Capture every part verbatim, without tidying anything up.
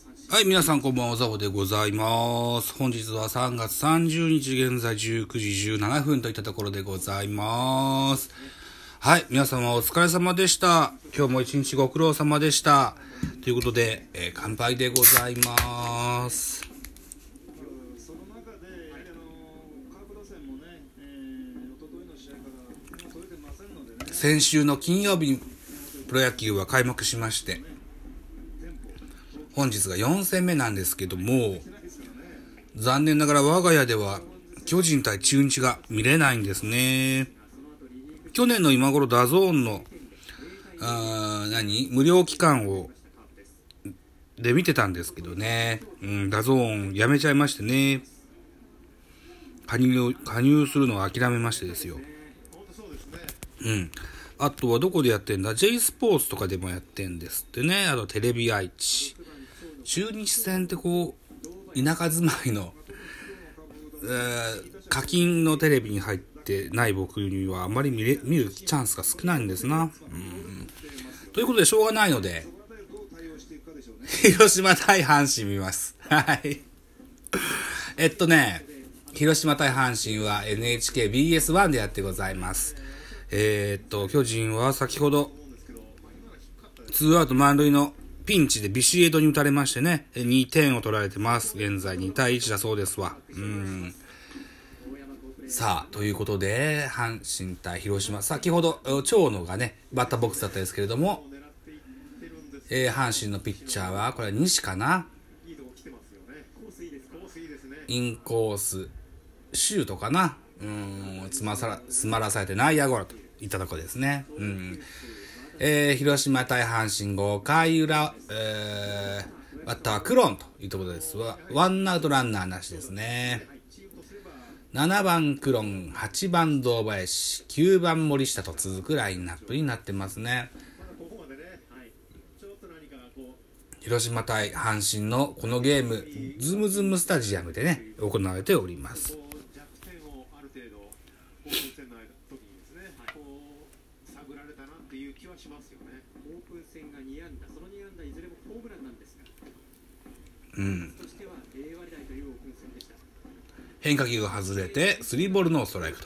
はい、皆さんこんばんは、ザボでございます。本日はさんがつさんじゅうにち、現在じゅうくじじゅうななふんといったところでございます。はい、皆様お疲れ様でした。今日も一日ご苦労様でした。ということで、えー、乾杯でございます。先週の金曜日にプロ野球は開幕しまして、本日がよん戦目なんですけども、残念ながら我が家では巨人対中日が見れないんですね。去年の今頃ダゾーンのあー何無料期間をで見てたんですけどね、うん、ダゾーンやめちゃいましてね、加入加入するのを諦めましてですよ。うん。あとはどこでやってんだ J スポーツとかでもやってんですってね。あとテレビ愛知。中日戦ってこう田舎住まいの、えー、課金のテレビに入ってない僕にはあまり見れ見るチャンスが少ないんですな。うん。ということでしょうがないので広島対阪神見ます。はい。えっとね広島対阪神は エヌエイチケービーエスワン でやってございます。えー、っと巨人は先ほどツーアウト満塁のピンチでビシエドに打たれましてね、にてんを取られてます。現在にたいいちだそうですわ。うん。さあ、ということで、阪神対広島。先ほど、長野がね、バッターボックスだったんですけれども、えー、阪神のピッチャーは、これは西かな。インコース、シュートかな。うん、つまさら、詰まらされて内野ゴロといったところですね。うん。えー、広島対阪神ごかい裏、えー、バッターはクロンというところですわ。ワンアウトランナーなしですね。ななばんクロン、はちばん堂林、きゅうばん森下と続くラインナップになってますね。広島対阪神のこのゲーム、ズムズムスタジアムでね、行われております。うん、変化球が外れてスリーボールノーストライクと。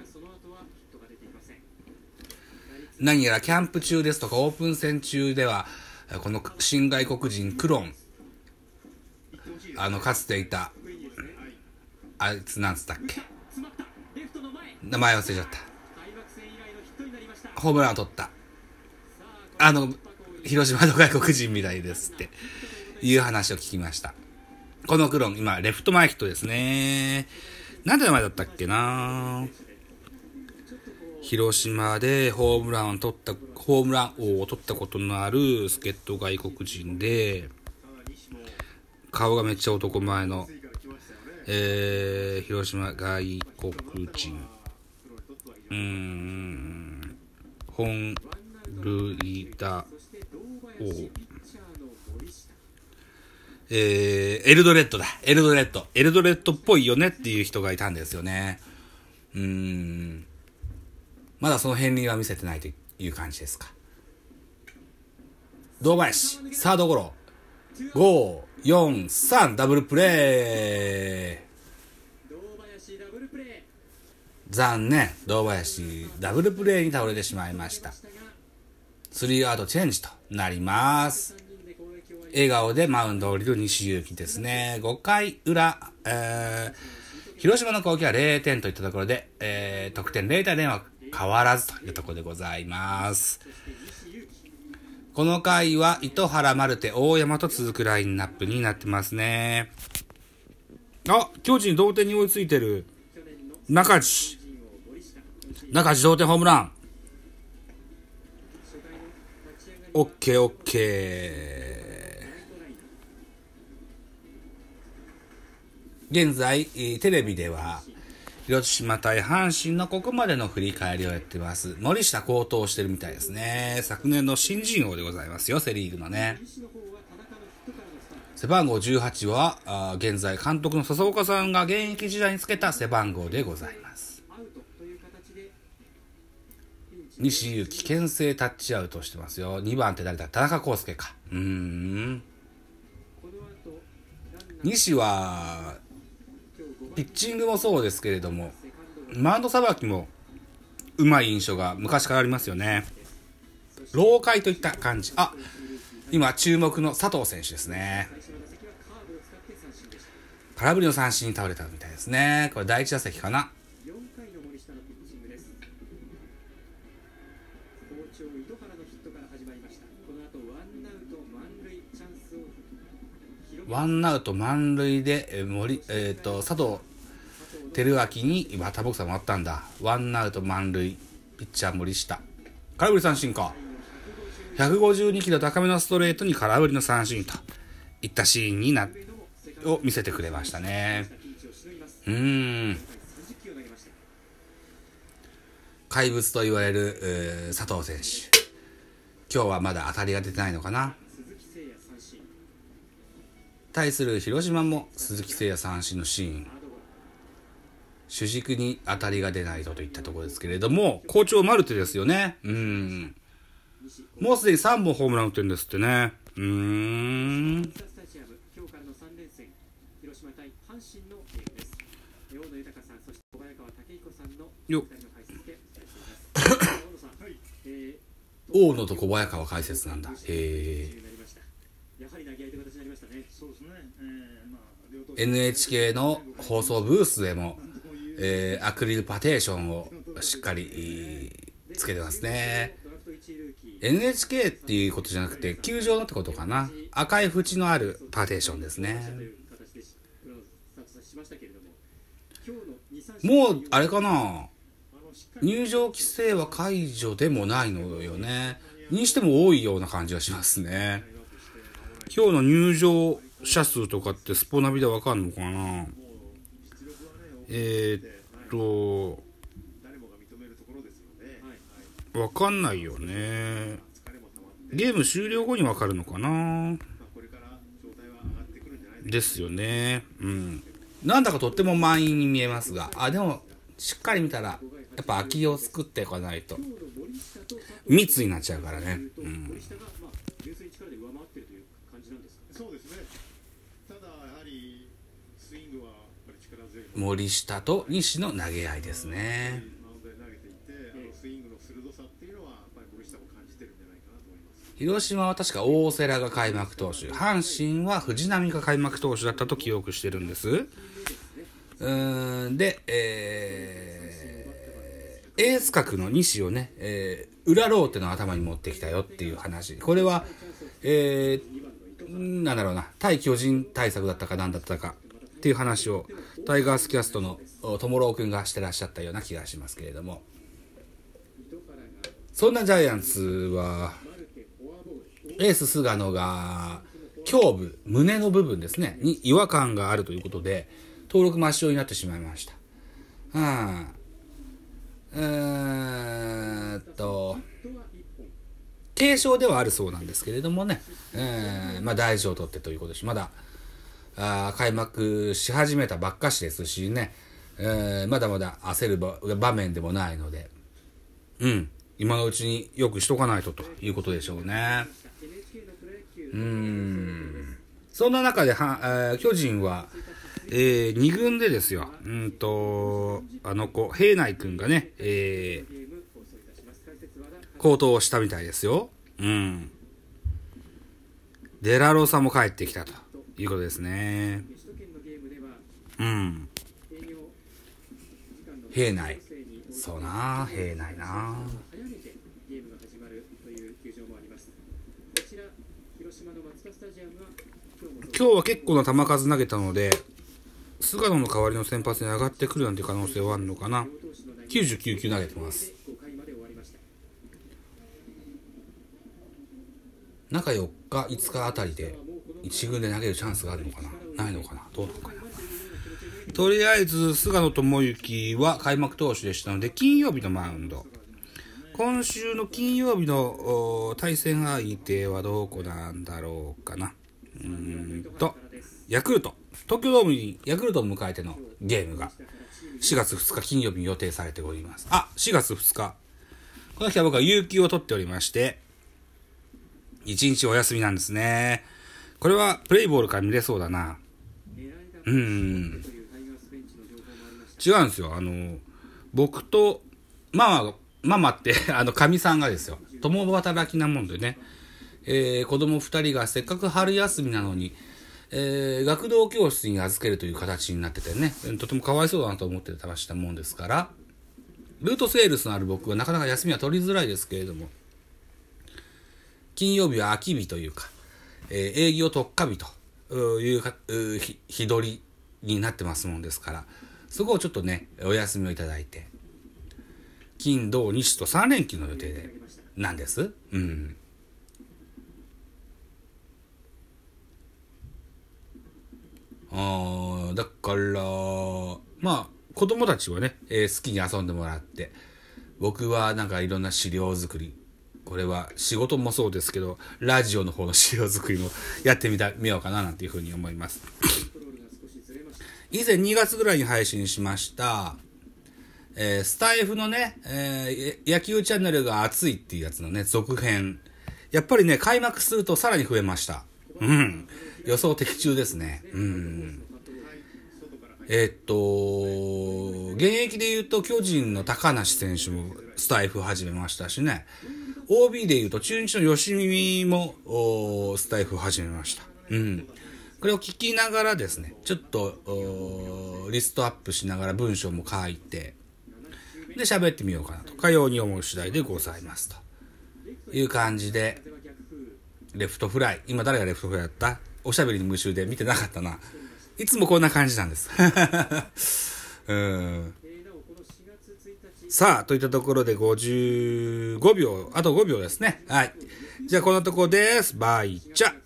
何やらキャンプ中ですとかオープン戦中ではこの新外国人クロン、あのかつていたあいつなんつったっけ、名前忘れちゃった、ホームランを取ったあの広島の外国人みたいですっていう話を聞きました。このクロン今レフト前ヒットですね。なんて名前だったっけな。広島でホームランを取ったホームラン王を取ったことのある助っ人外国人で、顔がめっちゃ男前の、えー、広島外国人、うーん本塁打王、えー、エルドレッドだ。エルドレッド。エルドレッドっぽいよねっていう人がいたんですよね。うーん。まだその片鱗は見せてないという感じですか。堂林、サードゴロ。ご、よん、さん、ダブルプレー。残念。堂林、ダブルプレーに倒れてしまいました。スリーアウトチェンジとなります。笑顔でマウンドを降りる西勇輝ですね。ごかい裏、えー、広島の攻撃はれいてんといったところで、えー、得点れいたいゼロは変わらずというところでございます。この回は糸原、マルテ、大山と続くラインナップになってますね。あ、巨人同点に追いついてる。中地。中地同点ホームラン。オッケーオッケー。現在テレビでは広島対阪神のここまでの振り返りをやってます。森下好投してるみたいですね。昨年の新人王でございますよ、セリーグのね。背番号じゅうはちはあ現在監督の笹岡さんが現役時代につけた背番号でございます。西勇輝牽制タッチアウトしてますよ。にばんって誰だ、田中康介か。うーん西はピッチングもそうですけれどもマウンドさばきもうまい印象が昔からありますよね。老快といった感じ。あ、今注目の佐藤選手ですね。空振りの三振に倒れたみたいですね。これだいいち打席かな。ワンアウト満塁で森、えー、と佐藤輝明にバッターボックスが回ったんだ。ワンアウト満塁、ピッチャー森下、空振り三振か。ひゃくごじゅうにキロ高めのストレートに空振りの三振といったシーンになを見せてくれましたね。うーん怪物と言われる、えー、佐藤選手、今日はまだ当たりが出てないのかな。対する広島も鈴木誠也三振のシーン、主軸に当たりが出ないとといったところですけれども、好調マルテですよね。うーんもうすでにさんぼんホームラン打ってるんですってね。うーんよ大野と小早川解説なんだ。へえ。エヌエイチケー の放送ブースでも、えー、アクリルパテーションをしっかりつけてますね。エヌエイチケー っていうことじゃなくて球場のってことかな。赤い縁のあるパテーションですね。もうあれかな、入場規制は解除でもないのよね。にしても多いような感じがしますね。今日の入場者数とかってスポナビでわかんのかな。えー、っとわかんないよね。ゲーム終了後にわかるのかなですよね。うん。なんだかとっても満員に見えますが、あ、でもしっかり見たらやっぱ空きを作っていかないと密になっちゃうからね。うん。森下と西の投げ合いですね。広島は確か大瀬良が開幕投手、阪神は藤浪が開幕投手だったと記憶してるんです。うーんで、えー、エース格の西をね、えー、裏ローテの頭に持ってきたよっていう話。これは、えー、なんだろうな、対巨人対策だったかなんだったかっていう話をタイガースキャストの友郎くんがしてらっしゃったような気がしますけれども、そんなジャイアンツはエース菅野が胸部、胸の部分ですねに違和感があるということで登録抹消になってしまいました。はあ、えーっと軽症ではあるそうなんですけれどもね、えー、まあ大事を取ってということです。まだあ開幕し始めたばっかしですしね、えー、まだまだ焦る 場, 場面でもないので、うん、今のうちによくしとかないとということでしょうね。うーんそんな中では、えー、巨人は、えー、に軍でですよ、うんとあの子平内くんがね、えー、好投したみたいですよ。うん。デラロサも帰ってきたということですね。うん。平内。そうな、平内な。今日は結構な球数投げたので、菅野の代わりの先発に上がってくるなんて可能性はあるのかな。きゅうじゅうきゅう球投げてます。中よっか、いつかあたりで一軍で投げるチャンスがあるのかな、ないのかな、どうなのかな。とりあえず菅野智之は開幕投手でしたので金曜日のマウンド。今週の金曜日の対戦相手はどこなんだろうかな。うーんとヤクルト、東京ドームにヤクルトを迎えてのゲームがしがつふつか金曜日に予定されております。あ、しがつふつか、この日は僕は有給を取っておりましていちにちお休みなんですね。これはプレイボールから見れそうだな。 うん。違うんですよ。あの、僕と、ママ、ママって、あの、神さんがですよ。共働きなもんでね。えー、子供二人がせっかく春休みなのに、えー、学童教室に預けるという形になっててね、とてもかわいそうだなと思ってましたもんですから、ルートセールスのある僕はなかなか休みは取りづらいですけれども、金曜日は空き日というか、えー、営業特化日というかう日日取りになってますもんですから、そこをちょっとね、お休みをいただいて、金土日とさん連休の予定でなんです。うん。あだからまあ子供たちはね、えー、好きに遊んでもらって、僕はなんかいろんな資料作り、これは仕事もそうですけどラジオの方の資料作りもやってみたみようかななんていうふうに思います。以前にがつぐらいに配信しました、えー、スタイフのね、えー、野球チャンネルが熱いっていうやつのね続編、やっぱりね開幕するとさらに増えました。うん、予想的中ですね。うん。えー、っと現役で言うと巨人の高梨選手もスタイフ始めましたしね、 オービー で言うと中日の吉見もスタイフ始めました。うん。これを聞きながらですね、ちょっとリストアップしながら文章も書いてで喋ってみようかなとかように思う次第でございますという感じで、レフトフライ、今誰がレフトフライだった？おしゃべりに夢中で見てなかったな。いつもこんな感じなんですうん。さあといったところでごじゅうごびょう、あとごびょうですね。はい、じゃあこのところです。バイチャ。